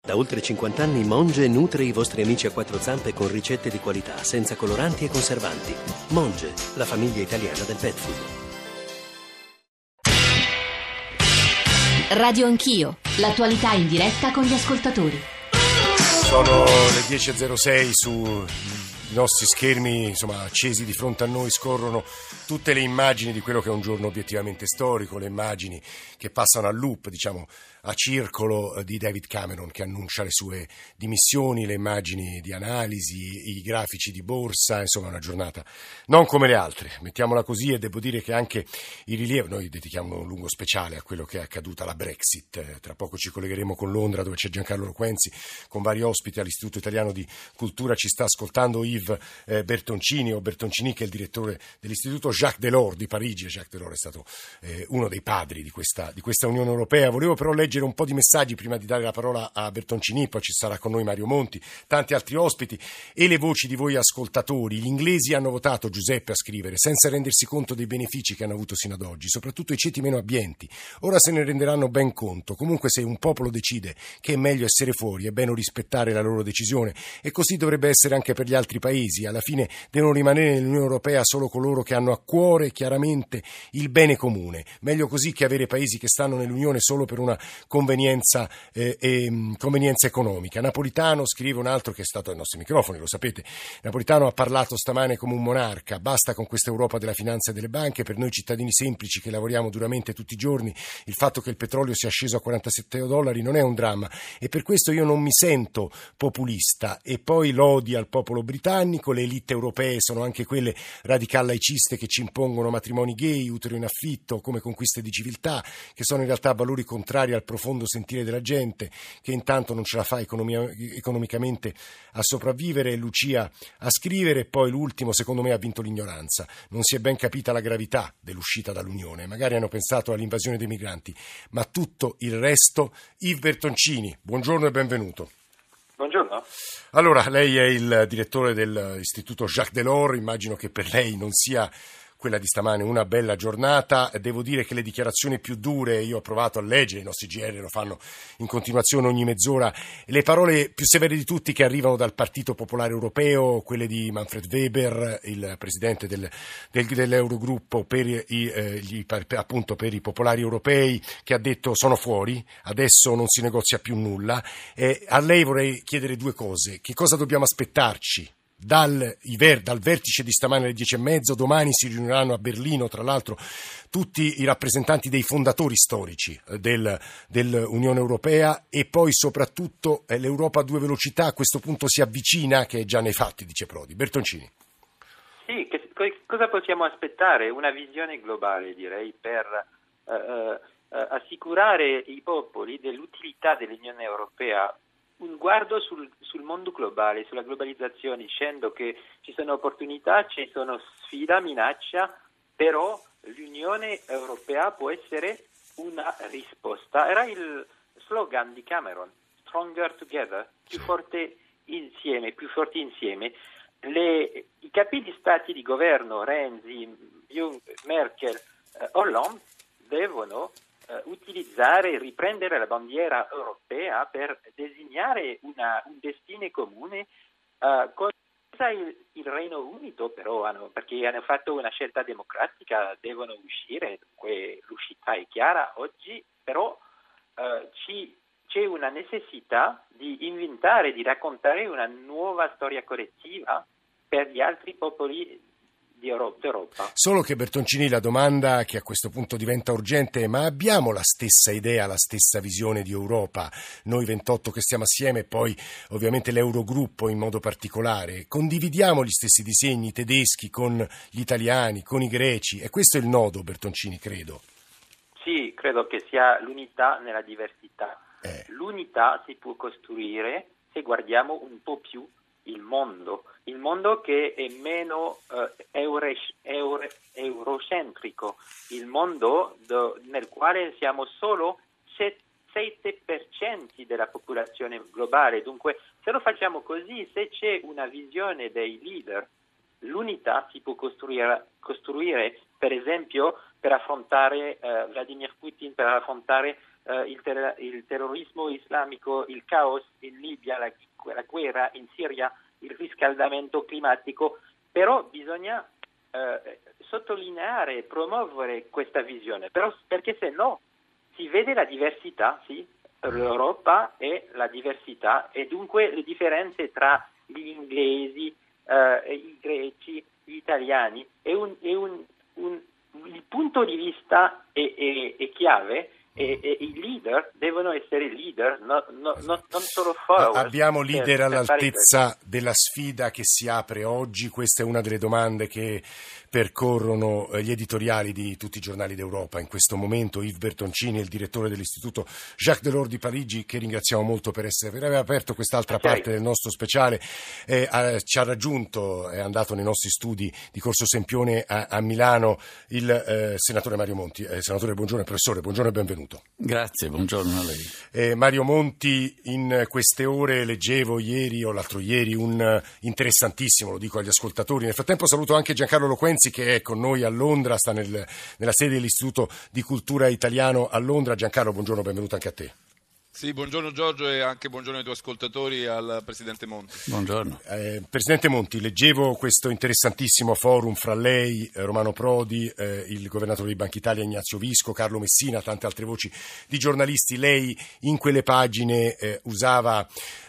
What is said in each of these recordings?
Da oltre 50 anni Monge nutre i vostri amici a quattro zampe con ricette di qualità, senza coloranti e conservanti. Monge, la famiglia italiana del pet food. Radio Anch'io, l'attualità in diretta con gli ascoltatori. Sono le 10.06 sui nostri schermi, accesi di fronte a noi scorrono tutte le immagini di quello che è un giorno obiettivamente storico, le immagini che passano a loop, a circolo di David Cameron che annuncia le sue dimissioni, le immagini di analisi, i grafici di borsa, una giornata non come le altre, mettiamola così, e devo dire che anche il rilievo, noi dedichiamo un lungo speciale a quello che è accaduto alla Brexit, tra poco ci collegheremo con Londra dove c'è Giancarlo Loquenzi con vari ospiti all'Istituto Italiano di Cultura, ci sta ascoltando Yves Bertoncini che è il direttore dell'Istituto Jacques Delors di Parigi. Jacques Delors è stato uno dei padri di questa Unione Europea. Volevo però leggere un po' di messaggi prima di dare la parola a Bertoncini, poi ci sarà con noi Mario Monti, tanti altri ospiti e le voci di voi ascoltatori. Gli inglesi hanno votato, Giuseppe a scrivere, senza rendersi conto dei benefici che hanno avuto sino ad oggi, soprattutto i ceti meno abbienti. Ora se ne renderanno ben conto. Comunque se un popolo decide che è meglio essere fuori, è bene rispettare la loro decisione, e così dovrebbe essere anche per gli altri paesi. Alla fine devono rimanere nell'Unione Europea solo coloro che hanno a cuore chiaramente il bene comune. Meglio così che avere paesi che stanno nell'Unione solo per una convenienza economica. Napolitano, scrive un altro che è stato ai nostri microfoni, lo sapete, Napolitano ha parlato stamane come un monarca. Basta con questa Europa della finanza e delle banche. Per noi cittadini semplici che lavoriamo duramente tutti i giorni il fatto che il petrolio sia sceso a $47 non è un dramma, e per questo io non mi sento populista. E poi lodi al popolo britannico, le elite europee sono anche quelle radical laiciste che ci impongono matrimoni gay, utero in affitto come conquiste di civiltà, che sono in realtà valori contrari al profondo sentire della gente che intanto non ce la fa economicamente a sopravvivere. Lucia a scrivere. E poi l'ultimo, secondo me ha vinto l'ignoranza, non si è ben capita la gravità dell'uscita dall'Unione, magari hanno pensato all'invasione dei migranti, ma tutto il resto. Yves Bertoncini, buongiorno e benvenuto. Buongiorno. Allora, lei è il direttore dell'Istituto Jacques Delors, immagino che per lei non sia quella di stamane una bella giornata. Devo dire che le dichiarazioni più dure, io ho provato a leggere, i nostri GR lo fanno in continuazione ogni mezz'ora, le parole più severe di tutti che arrivano dal Partito Popolare Europeo, quelle di Manfred Weber, il presidente dell'Eurogruppo per i popolari europei, che ha detto sono fuori, adesso non si negozia più nulla. A lei vorrei chiedere due cose: che cosa dobbiamo aspettarci dal vertice di stamane alle 10:30, domani si riuniranno a Berlino, tra l'altro, tutti i rappresentanti dei fondatori storici dell'Unione Europea, e poi soprattutto l'Europa a due velocità a questo punto si avvicina, che è già nei fatti, dice Prodi. Bertoncini. Sì, cosa possiamo aspettare? Una visione globale, direi, per assicurare i popoli dell'utilità dell'Unione Europea. Un guardo sul mondo globale, sulla globalizzazione, dicendo che ci sono opportunità, ci sono sfida, minaccia, però l'Unione Europea può essere una risposta. Era il slogan di Cameron, Stronger Together, più forti insieme. I capi di stati di governo, Renzi, Merkel, Hollande, devono utilizzare e riprendere la bandiera europea per designare un destino comune con il Regno Unito, però perché hanno fatto una scelta democratica, devono uscire, dunque l'uscita è chiara oggi, però c'è una necessità di inventare, di raccontare una nuova storia collettiva per gli altri popoli d'Europa. Solo che, Bertoncini, la domanda che a questo punto diventa urgente è: ma abbiamo la stessa idea, la stessa visione di Europa, noi 28 che stiamo assieme, e poi ovviamente l'Eurogruppo in modo particolare? Condividiamo gli stessi disegni tedeschi con gli italiani, con i greci? E questo è il nodo, Bertoncini, credo. Sì, credo che sia l'unità nella diversità. L'unità si può costruire se guardiamo un po' più il mondo che è meno eurocentrico, il mondo nel quale siamo solo 7% della popolazione globale. Dunque, se lo facciamo così, se c'è una visione dei leader, l'unità si può costruire, per esempio, per affrontare Vladimir Putin, per affrontare il terrorismo islamico, il caos in Libia, la guerra in Siria, il riscaldamento climatico, però bisogna sottolineare e promuovere questa visione, perché se no si vede la diversità, sì? L'Europa è la diversità e dunque le differenze tra gli inglesi, i greci, gli italiani, il punto di vista è chiave. E i leader devono essere leader, non solo follower. Abbiamo leader all'altezza della sfida che si apre oggi? Questa è una delle domande che percorrono gli editoriali di tutti i giornali d'Europa in questo momento. Yves Bertoncini, il direttore dell'Istituto Jacques Delors di Parigi, che ringraziamo molto per aver aperto quest'altra parte del nostro speciale, ci ha raggiunto, è andato nei nostri studi di Corso Sempione a Milano, il senatore Mario Monti. Senatore, buongiorno, professore, buongiorno e benvenuto. Grazie, buongiorno a lei. Mario Monti, in queste ore leggevo ieri o l'altro ieri un interessantissimo, lo dico agli ascoltatori. Nel frattempo saluto anche Giancarlo Loquenzi, che è con noi a Londra, sta nella sede dell'Istituto di Cultura Italiano a Londra. Giancarlo, buongiorno, benvenuto anche a te. Sì, buongiorno Giorgio e anche buongiorno ai tuoi ascoltatori e al Presidente Monti. Buongiorno. Presidente Monti, leggevo questo interessantissimo forum fra lei, Romano Prodi, il governatore di Banca Italia Ignazio Visco, Carlo Messina, tante altre voci di giornalisti. Lei in quelle pagine usava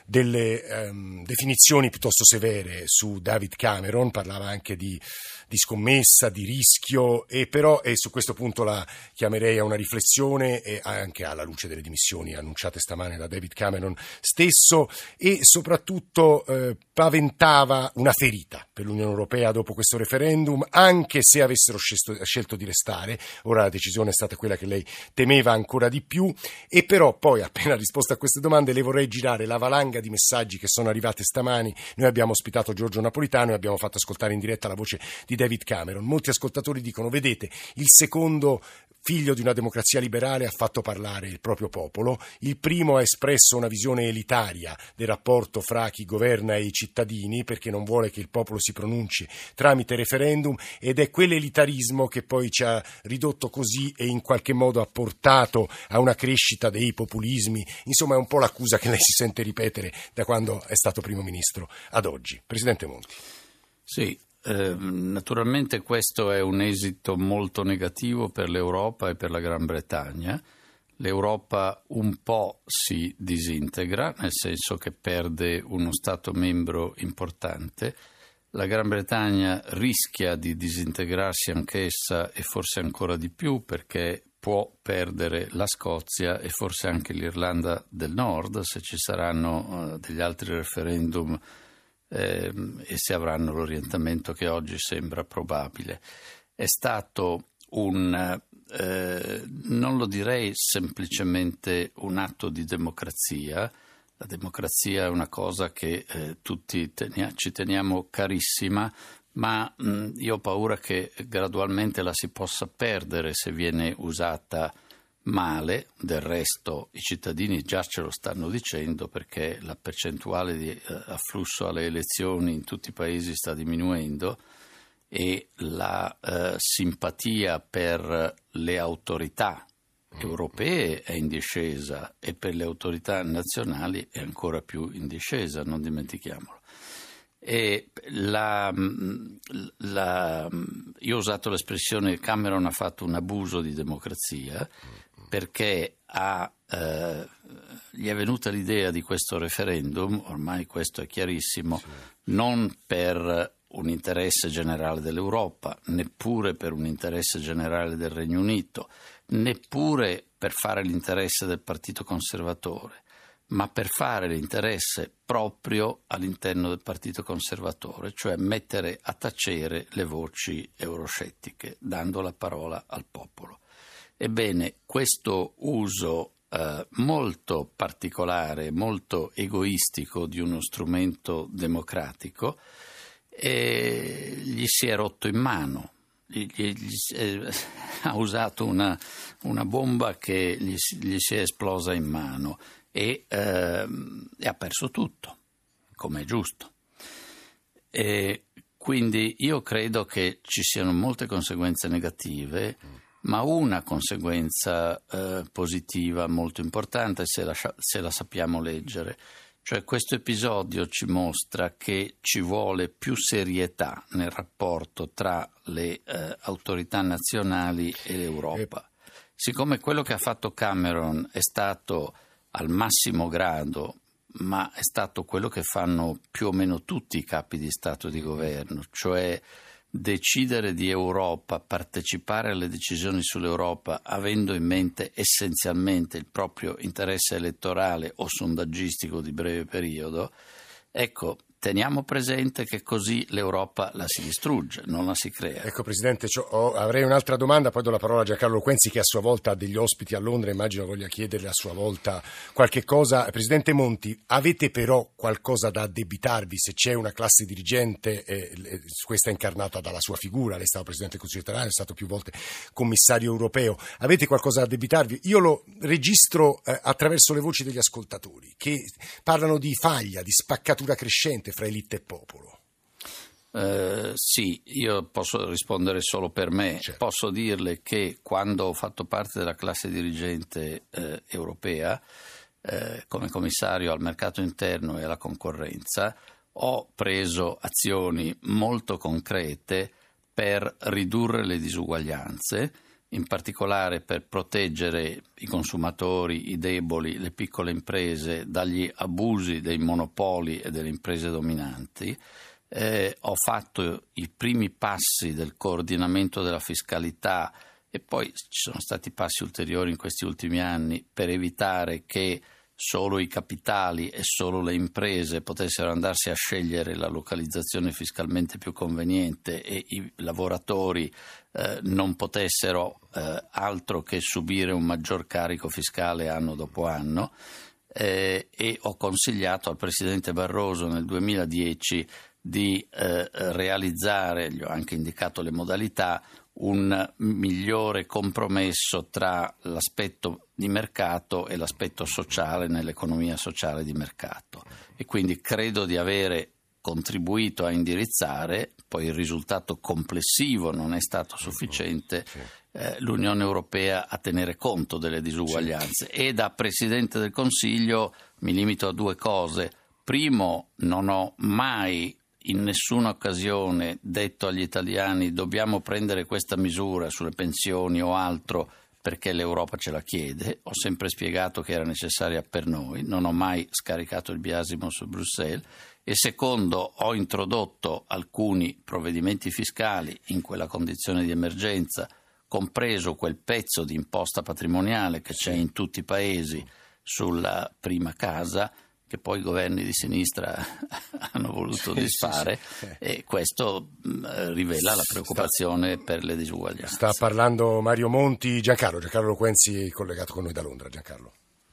delle definizioni piuttosto severe su David Cameron, parlava anche di scommessa, di rischio, e su questo punto la chiamerei a una riflessione, e anche alla luce delle dimissioni annunciate stamane da David Cameron stesso, e soprattutto paventava una ferita per l'Unione Europea dopo questo referendum, anche se avessero scelto di restare. Ora la decisione è stata quella che lei temeva ancora di più, e però poi, appena risposto a queste domande, le vorrei girare la valanga di messaggi che sono arrivate stamani. Noi abbiamo ospitato Giorgio Napolitano e abbiamo fatto ascoltare in diretta la voce di David Cameron. Molti ascoltatori dicono: vedete, il secondo figlio di una democrazia liberale ha fatto parlare il proprio popolo, il primo ha espresso una visione elitaria del rapporto fra chi governa e i cittadini, perché non vuole che il popolo si pronunci tramite referendum, ed è quell'elitarismo che poi ci ha ridotto così e in qualche modo ha portato a una crescita dei populismi. Insomma, è un po' l'accusa che lei si sente ripetere da quando è stato primo ministro ad oggi. Presidente Monti. Sì. Naturalmente questo è un esito molto negativo per l'Europa e per la Gran Bretagna. L'Europa un po' si disintegra, nel senso che perde uno Stato membro importante. La Gran Bretagna rischia di disintegrarsi anch'essa, e forse ancora di più, perché può perdere la Scozia e forse anche l'Irlanda del Nord, se ci saranno degli altri referendum e se avranno l'orientamento che oggi sembra probabile. È stato non lo direi semplicemente un atto di democrazia. La democrazia è una cosa che tutti ci teniamo carissima, ma io ho paura che gradualmente la si possa perdere se viene usata male. Del resto i cittadini già ce lo stanno dicendo, perché la percentuale di afflusso alle elezioni in tutti i paesi sta diminuendo e la simpatia per le autorità europee è in discesa e per le autorità nazionali è ancora più in discesa, non dimentichiamolo. E io ho usato l'espressione: Cameron ha fatto un abuso di democrazia, perché gli è venuta l'idea di questo referendum, ormai questo è chiarissimo, non per un interesse generale dell'Europa, neppure per un interesse generale del Regno Unito, neppure per fare l'interesse del Partito Conservatore, ma per fare l'interesse proprio all'interno del Partito Conservatore, cioè mettere a tacere le voci euroscettiche, dando la parola al popolo. Ebbene, questo uso molto particolare, molto egoistico di uno strumento democratico gli si è rotto in mano. Ha usato una bomba che gli si è esplosa in mano e ha perso tutto, come è giusto. E quindi io credo che ci siano molte conseguenze negative, ma una conseguenza positiva molto importante se la sappiamo leggere. Cioè questo episodio ci mostra che ci vuole più serietà nel rapporto tra le autorità nazionali e l'Europa. Siccome quello che ha fatto Cameron è stato al massimo grado, ma è stato quello che fanno più o meno tutti i capi di Stato e di governo, cioè decidere di Europa, partecipare alle decisioni sull'Europa avendo in mente essenzialmente il proprio interesse elettorale o sondaggistico di breve periodo, ecco, teniamo presente che così l'Europa la si distrugge, non la si crea. Ecco Presidente, avrei un'altra domanda, poi do la parola a Giancarlo Loquenzi che a sua volta ha degli ospiti a Londra, immagino voglia chiederle a sua volta qualche cosa. Presidente Monti, avete però qualcosa da addebitarvi se c'è una classe dirigente, questa è incarnata dalla sua figura, lei è stato Presidente del Consiglio italiano, è stato più volte Commissario europeo, avete qualcosa da addebitarvi? Io lo registro attraverso le voci degli ascoltatori che parlano di faglia, di spaccatura crescente fra elite e popolo. Sì, io posso rispondere solo per me. Certo. Posso dirle che quando ho fatto parte della classe dirigente europea, come commissario al mercato interno e alla concorrenza, ho preso azioni molto concrete per ridurre le disuguaglianze, in particolare per proteggere i consumatori, i deboli, le piccole imprese dagli abusi dei monopoli e delle imprese dominanti. Ho fatto i primi passi del coordinamento della fiscalità e poi ci sono stati passi ulteriori in questi ultimi anni per evitare che solo i capitali e solo le imprese potessero andarsi a scegliere la localizzazione fiscalmente più conveniente e i lavoratori non potessero altro che subire un maggior carico fiscale anno dopo anno, e ho consigliato al Presidente Barroso nel 2010 di realizzare, gli ho anche indicato le modalità, un migliore compromesso tra l'aspetto di mercato e l'aspetto sociale nell'economia sociale di mercato, e quindi credo di avere contribuito a indirizzare, poi il risultato complessivo non è stato sufficiente, l'Unione Europea a tenere conto delle disuguaglianze. E da Presidente del Consiglio mi limito a due cose. Primo, non ho mai in nessuna occasione detto agli italiani dobbiamo prendere questa misura sulle pensioni o altro perché l'Europa ce la chiede. Ho sempre spiegato che era necessaria per noi, non ho mai scaricato il biasimo su Bruxelles. E secondo, ho introdotto alcuni provvedimenti fiscali in quella condizione di emergenza, compreso quel pezzo di imposta patrimoniale che c'è in tutti i paesi sulla prima casa, che poi i governi di sinistra hanno voluto disfare, e questo rivela la preoccupazione per le disuguaglianze. Sta parlando Mario Monti. Giancarlo Loquenzi è collegato con noi da Londra. Giancarlo.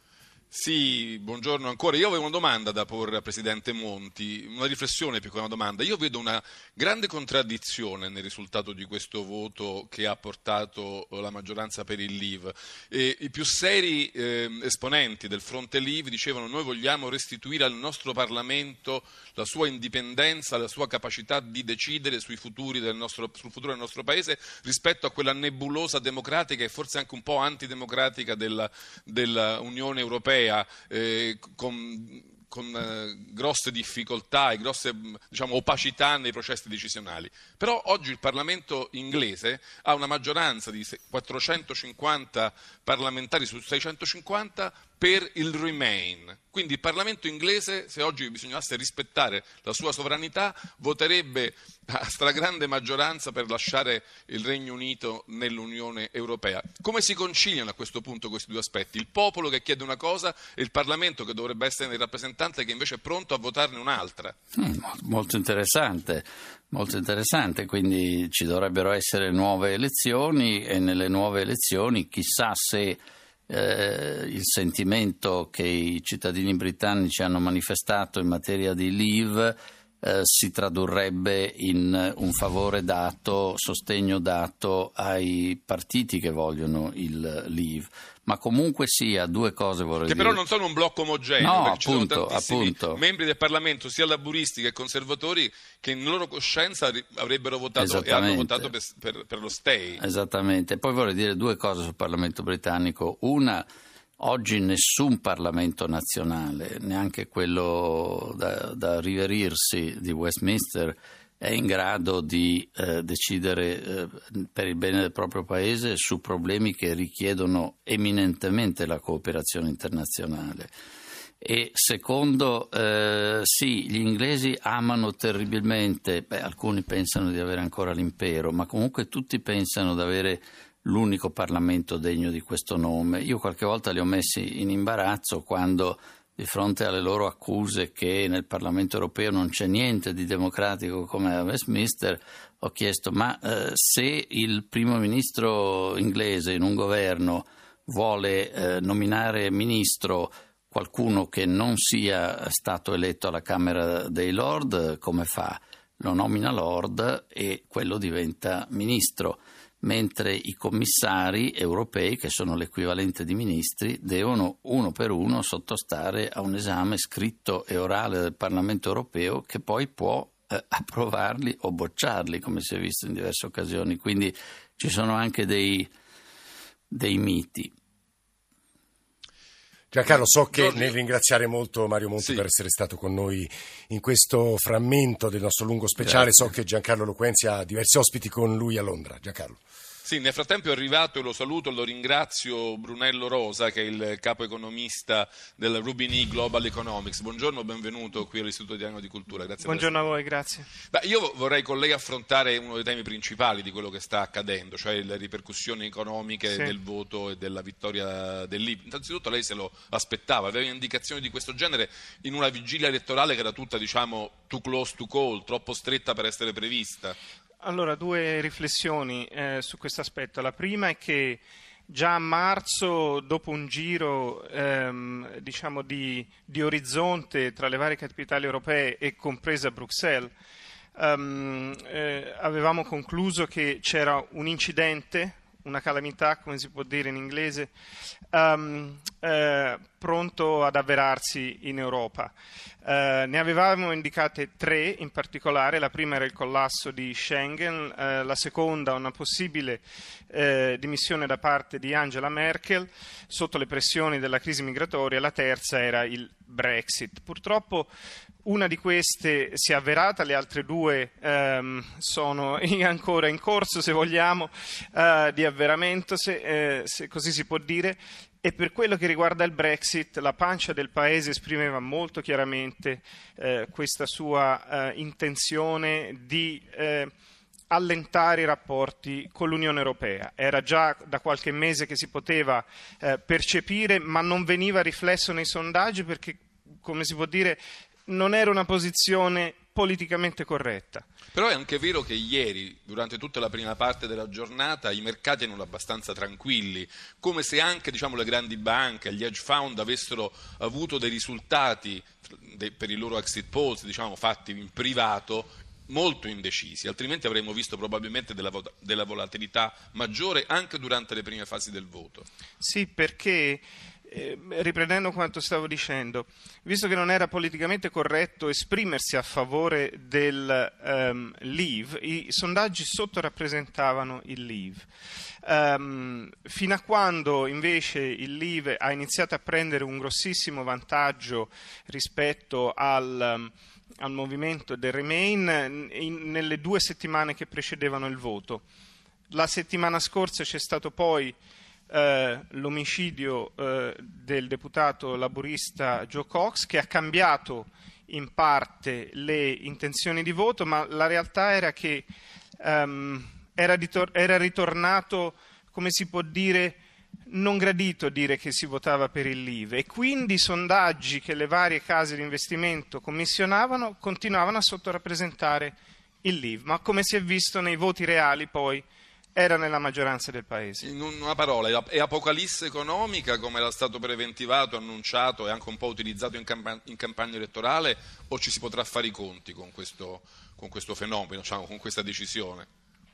Sì, buongiorno ancora. Io avevo una domanda da porre al Presidente Monti, una riflessione più che una domanda. Io vedo una grande contraddizione nel risultato di questo voto che ha portato la maggioranza per il Leave. I più seri esponenti del fronte Leave dicevano: noi vogliamo restituire al nostro Parlamento la sua indipendenza, la sua capacità di decidere sul futuro del nostro Paese rispetto a quella nebulosa democratica e forse anche un po' antidemocratica della Unione Europea. Con grosse difficoltà e grosse opacità nei processi decisionali. Però oggi il Parlamento inglese ha una maggioranza di 450 parlamentari su 650 per il Remain. Quindi il Parlamento inglese, se oggi bisognasse rispettare la sua sovranità, voterebbe a stragrande maggioranza per lasciare il Regno Unito nell'Unione Europea. Come si conciliano a questo punto questi due aspetti? Il popolo che chiede una cosa e il Parlamento che dovrebbe essere il rappresentante che invece è pronto a votarne un'altra. Molto interessante, quindi ci dovrebbero essere nuove elezioni e nelle nuove elezioni chissà se il sentimento che i cittadini britannici hanno manifestato in materia di Leave si tradurrebbe in un favore dato, sostegno dato ai partiti che vogliono il Leave. Ma comunque sia, due cose vorrei dire. Che però non sono un blocco omogeneo, no, perché appunto, ci sono tantissimi appunto. membri del Parlamento, sia laburisti che conservatori, che in loro coscienza avrebbero votato e hanno votato per lo stay. Esattamente. Poi vorrei dire due cose sul Parlamento britannico. Una, oggi nessun Parlamento nazionale, neanche quello da riverirsi di Westminster, è in grado di decidere per il bene del proprio paese su problemi che richiedono eminentemente la cooperazione internazionale. E secondo, sì, gli inglesi amano terribilmente, alcuni pensano di avere ancora l'impero, ma comunque tutti pensano di avere l'unico Parlamento degno di questo nome. Io qualche volta li ho messi in imbarazzo quando, di fronte alle loro accuse che nel Parlamento europeo non c'è niente di democratico come a Westminster, ho chiesto: ma se il primo ministro inglese in un governo vuole nominare ministro qualcuno che non sia stato eletto alla Camera dei Lord, come fa? Lo nomina Lord e quello diventa ministro, mentre i commissari europei, che sono l'equivalente di ministri, devono uno per uno sottostare a un esame scritto e orale del Parlamento europeo, che poi può approvarli o bocciarli, come si è visto in diverse occasioni. Quindi ci sono anche dei miti. Giancarlo, so che nel ringraziare molto Mario Monti per essere stato con noi in questo frammento del nostro lungo speciale. Grazie. So che Giancarlo Loquenzi ha diversi ospiti con lui a Londra. Giancarlo. Sì, nel frattempo è arrivato, e lo saluto, lo ringrazio, Brunello Rosa, che è il capo economista del Rubini Global Economics. Buongiorno, benvenuto qui all'Istituto Italiano di Cultura. Grazie. Buongiorno a voi, grazie. Io vorrei con lei affrontare uno dei temi principali di quello che sta accadendo, cioè le ripercussioni economiche del voto e della vittoria del Leave. Innanzitutto lei se lo aspettava, aveva indicazioni di questo genere in una vigilia elettorale che era tutta, too close to call, troppo stretta per essere prevista? Allora, due riflessioni su questo aspetto. La prima è che già a marzo, dopo un giro di orizzonte tra le varie capitali europee e compresa Bruxelles, avevamo concluso che c'era un incidente, una calamità, come si può dire in inglese, pronto ad avverarsi in Europa. Ne avevamo indicate tre in particolare. La prima era il collasso di Schengen, la seconda una possibile dimissione da parte di Angela Merkel sotto le pressioni della crisi migratoria, la terza era il Brexit. Purtroppo una di queste si è avverata, le altre due sono ancora in corso, se vogliamo, di avveramento, se così si può dire. E per quello che riguarda il Brexit, la pancia del Paese esprimeva molto chiaramente questa sua intenzione di allentare i rapporti con l'Unione Europea. Era già da qualche mese che si poteva percepire, ma non veniva riflesso nei sondaggi perché, come si può dire, non era una posizione politicamente corretta. Però è anche vero che ieri, durante tutta la prima parte della giornata, i mercati erano abbastanza tranquilli, come se anche le grandi banche, gli hedge fund avessero avuto dei risultati per i loro exit polls, fatti in privato, molto indecisi, altrimenti avremmo visto probabilmente della volatilità maggiore anche durante le prime fasi del voto. Sì, perché riprendendo quanto stavo dicendo, visto che non era politicamente corretto esprimersi a favore del Leave, i sondaggi sottorappresentavano il Leave. Fino a quando invece il Leave ha iniziato a prendere un grossissimo vantaggio rispetto al movimento del Remain nelle 2 settimane che precedevano il voto. La settimana scorsa c'è stato poi l'omicidio del deputato laburista Joe Cox, che ha cambiato in parte le intenzioni di voto, ma la realtà era che era ritornato, come si può dire, non gradito dire che si votava per il Leave, e quindi i sondaggi che le varie case di investimento commissionavano continuavano a sottorappresentare il Leave, ma come si è visto nei voti reali poi era nella maggioranza del paese. In una parola, è apocalisse economica come era stato preventivato, annunciato e anche un po' utilizzato in campagna elettorale, o ci si potrà fare i conti con questo fenomeno, diciamo, con questa decisione?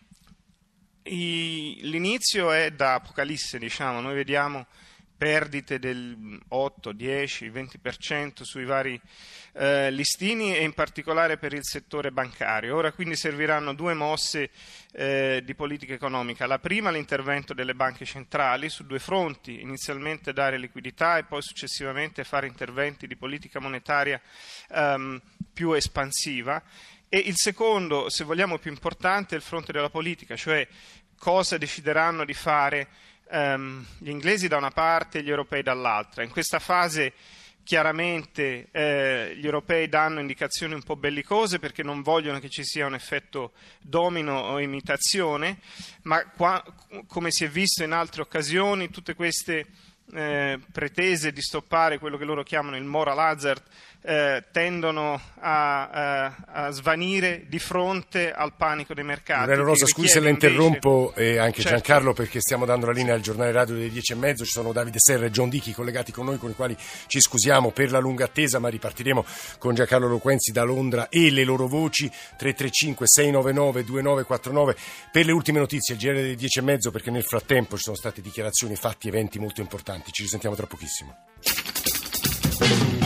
L'inizio è da apocalisse, diciamo. Noi vediamo perdite del 8, 10, 20% sui vari listini e in particolare per il settore bancario. Ora quindi serviranno due mosse di politica economica. La prima, l'intervento delle banche centrali su due fronti: inizialmente dare liquidità e poi successivamente fare interventi di politica monetaria più espansiva. E il secondo, se vogliamo più importante, è il fronte della politica, cioè cosa decideranno di fare gli inglesi da una parte e gli europei dall'altra. In questa fase chiaramente gli europei danno indicazioni un po' bellicose perché non vogliono che ci sia un effetto domino o imitazione, ma come si è visto in altre occasioni, tutte queste pretese di stoppare quello che loro chiamano il moral hazard tendono a svanire di fronte al panico dei mercati. Morello Rosa, scusi se la interrompo, e anche certo. Giancarlo, perché stiamo dando la linea al giornale radio delle 10:30. Ci sono Davide Serra e John Dichi collegati con noi, con i quali ci scusiamo per la lunga attesa, ma ripartiremo con Giancarlo Loquenzi da Londra e le loro voci. 335 699 2949 per le ultime notizie, il GR delle 10:30, perché nel frattempo ci sono state dichiarazioni, fatti, eventi molto importanti. Ci risentiamo tra pochissimo.